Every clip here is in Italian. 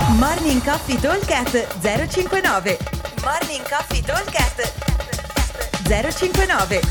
Morning Coffee Talkcast 059. Morning Coffee Talkcast 059.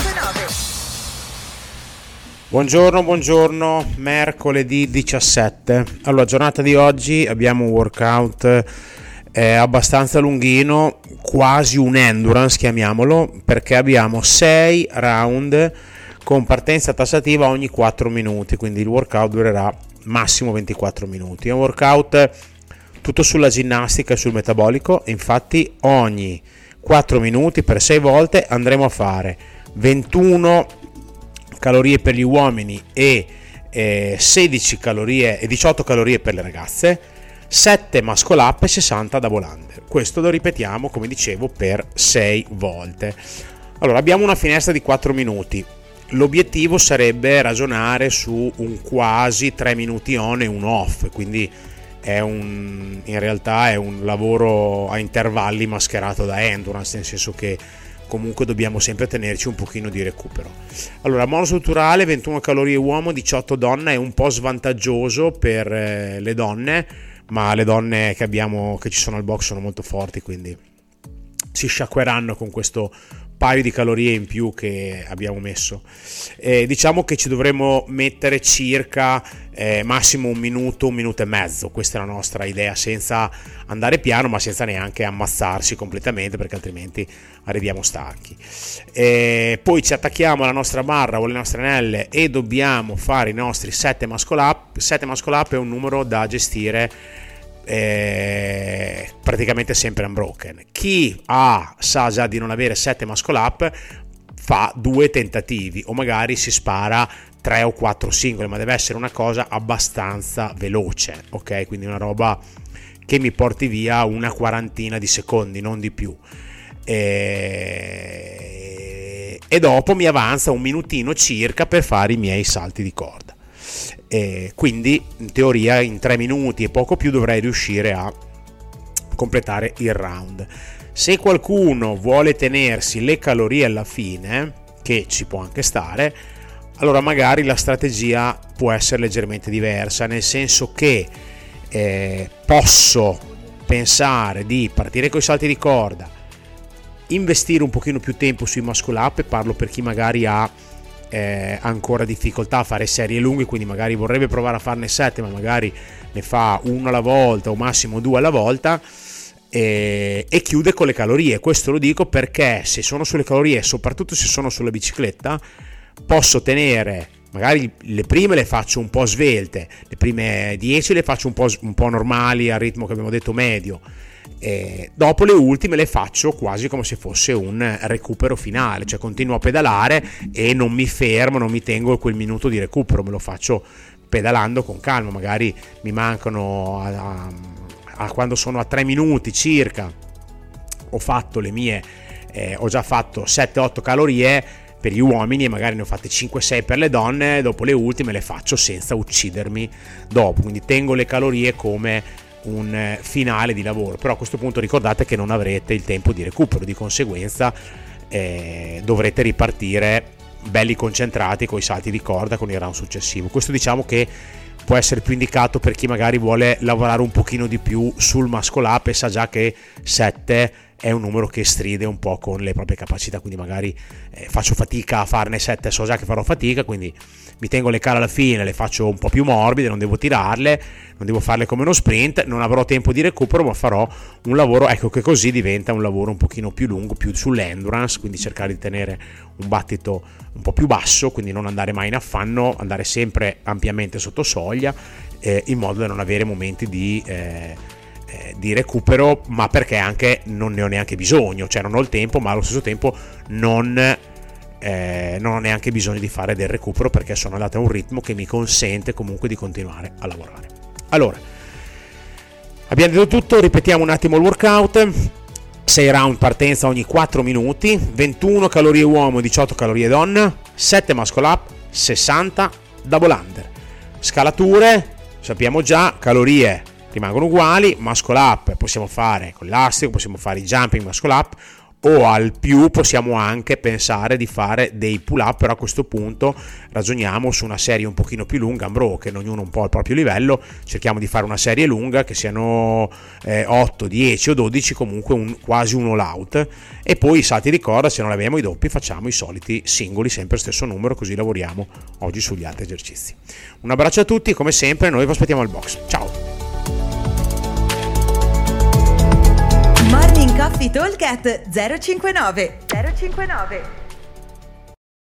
Buongiorno, mercoledì 17. Allora, giornata di oggi abbiamo un workout abbastanza lunghino, quasi un endurance chiamiamolo, perché abbiamo 6 round con partenza tassativa ogni 4 minuti, quindi il workout durerà massimo 24 minuti. È un workout tutto sulla ginnastica e sul metabolico, infatti ogni 4 minuti per 6 volte andremo a fare 21 calorie per gli uomini e 16 calorie e 18 calorie per le ragazze, 7 muscle up e 60 double under. Questo lo ripetiamo, come dicevo, per 6 volte. Allora, abbiamo una finestra di 4 minuti. L'obiettivo sarebbe ragionare su un quasi 3 minuti on e 1 off, quindi in realtà è un lavoro a intervalli mascherato da endurance, nel senso che comunque dobbiamo sempre tenerci un pochino di recupero. Allora, monostrutturale 21 calorie uomo, 18 donna, è un po' svantaggioso per le donne, ma le donne che ci sono al box sono molto forti, quindi si sciacqueranno con questo paio di calorie in più che abbiamo messo. Diciamo che ci dovremmo mettere circa massimo un minuto e mezzo, questa è la nostra idea, senza andare piano ma senza neanche ammazzarsi completamente, perché altrimenti arriviamo stanchi. Poi ci attacchiamo alla nostra barra o alle nostre anelle e dobbiamo fare i nostri 7 muscle up. 7 muscle up è un numero da gestire praticamente sempre unbroken. Chi sa già di non avere 7 muscle up fa 2 tentativi o magari si spara 3 o 4 singoli, ma deve essere una cosa abbastanza veloce, ok? Quindi una roba che mi porti via una quarantina di secondi, non di più, e dopo mi avanza un minutino circa per fare i miei salti di corda. Quindi in teoria in 3 minuti e poco più dovrei riuscire a completare il round. Se qualcuno vuole tenersi le calorie alla fine, che ci può anche stare, allora magari la strategia può essere leggermente diversa, nel senso che posso pensare di partire con i salti di corda, investire un pochino più tempo sui muscle up, e parlo per chi magari ha ancora difficoltà a fare serie lunghe, quindi magari vorrebbe provare a farne 7 ma magari ne fa 1 alla volta o massimo 2 alla volta, e chiude con le calorie. Questo lo dico perché se sono sulle calorie, soprattutto se sono sulla bicicletta, posso tenere magari le prime le faccio un po' svelte, le prime 10 le faccio un po' normali al ritmo che abbiamo detto medio, e dopo le ultime le faccio quasi come se fosse un recupero finale, cioè continuo a pedalare e non mi fermo, non mi tengo quel minuto di recupero, me lo faccio pedalando con calma. Magari mi mancano a quando sono a 3 minuti circa ho fatto le mie ho già fatto 7-8 calorie per gli uomini e magari ne ho fatte 5-6 per le donne, dopo le ultime le faccio senza uccidermi dopo, quindi tengo le calorie come un finale di lavoro. Però a questo punto ricordate che non avrete il tempo di recupero, di conseguenza dovrete ripartire belli concentrati con i salti di corda, con il round successivo. Questo diciamo che può essere più indicato per chi magari vuole lavorare un pochino di più sul muscle up e sa già che 7 è un numero che stride un po' con le proprie capacità, quindi magari faccio fatica a farne 7, so già che farò fatica, quindi mi tengo le cale alla fine, le faccio un po' più morbide, non devo tirarle, non devo farle come uno sprint, non avrò tempo di recupero, ma farò un lavoro, ecco che così diventa un lavoro un pochino più lungo, più sull'endurance, quindi cercare di tenere un battito un po' più basso, quindi non andare mai in affanno, andare sempre ampiamente sotto soglia, in modo da non avere momenti di recupero, ma perché anche non ne ho neanche bisogno, cioè non ho il tempo, ma allo stesso tempo non ho neanche bisogno di fare del recupero, perché sono andato a un ritmo che mi consente comunque di continuare a lavorare. Allora, abbiamo detto tutto, ripetiamo un attimo il workout: 6 round partenza ogni 4 minuti, 21 calorie uomo, 18 calorie donna, 7 muscle up, 60 double under. Scalature, sappiamo già, calorie rimangono uguali, muscle up possiamo fare con l'elastico, possiamo fare i jumping muscle up, o al più possiamo anche pensare di fare dei pull up, però a questo punto ragioniamo su una serie un pochino più lunga, che ognuno un po' al proprio livello, cerchiamo di fare una serie lunga che siano 8, 10 o 12, comunque quasi un all out, e poi i salti di corda, se non abbiamo i doppi facciamo i soliti singoli, sempre stesso numero, così lavoriamo oggi sugli altri esercizi. Un abbraccio a tutti, come sempre noi vi aspettiamo al box, ciao. Morning Coffee Talk 059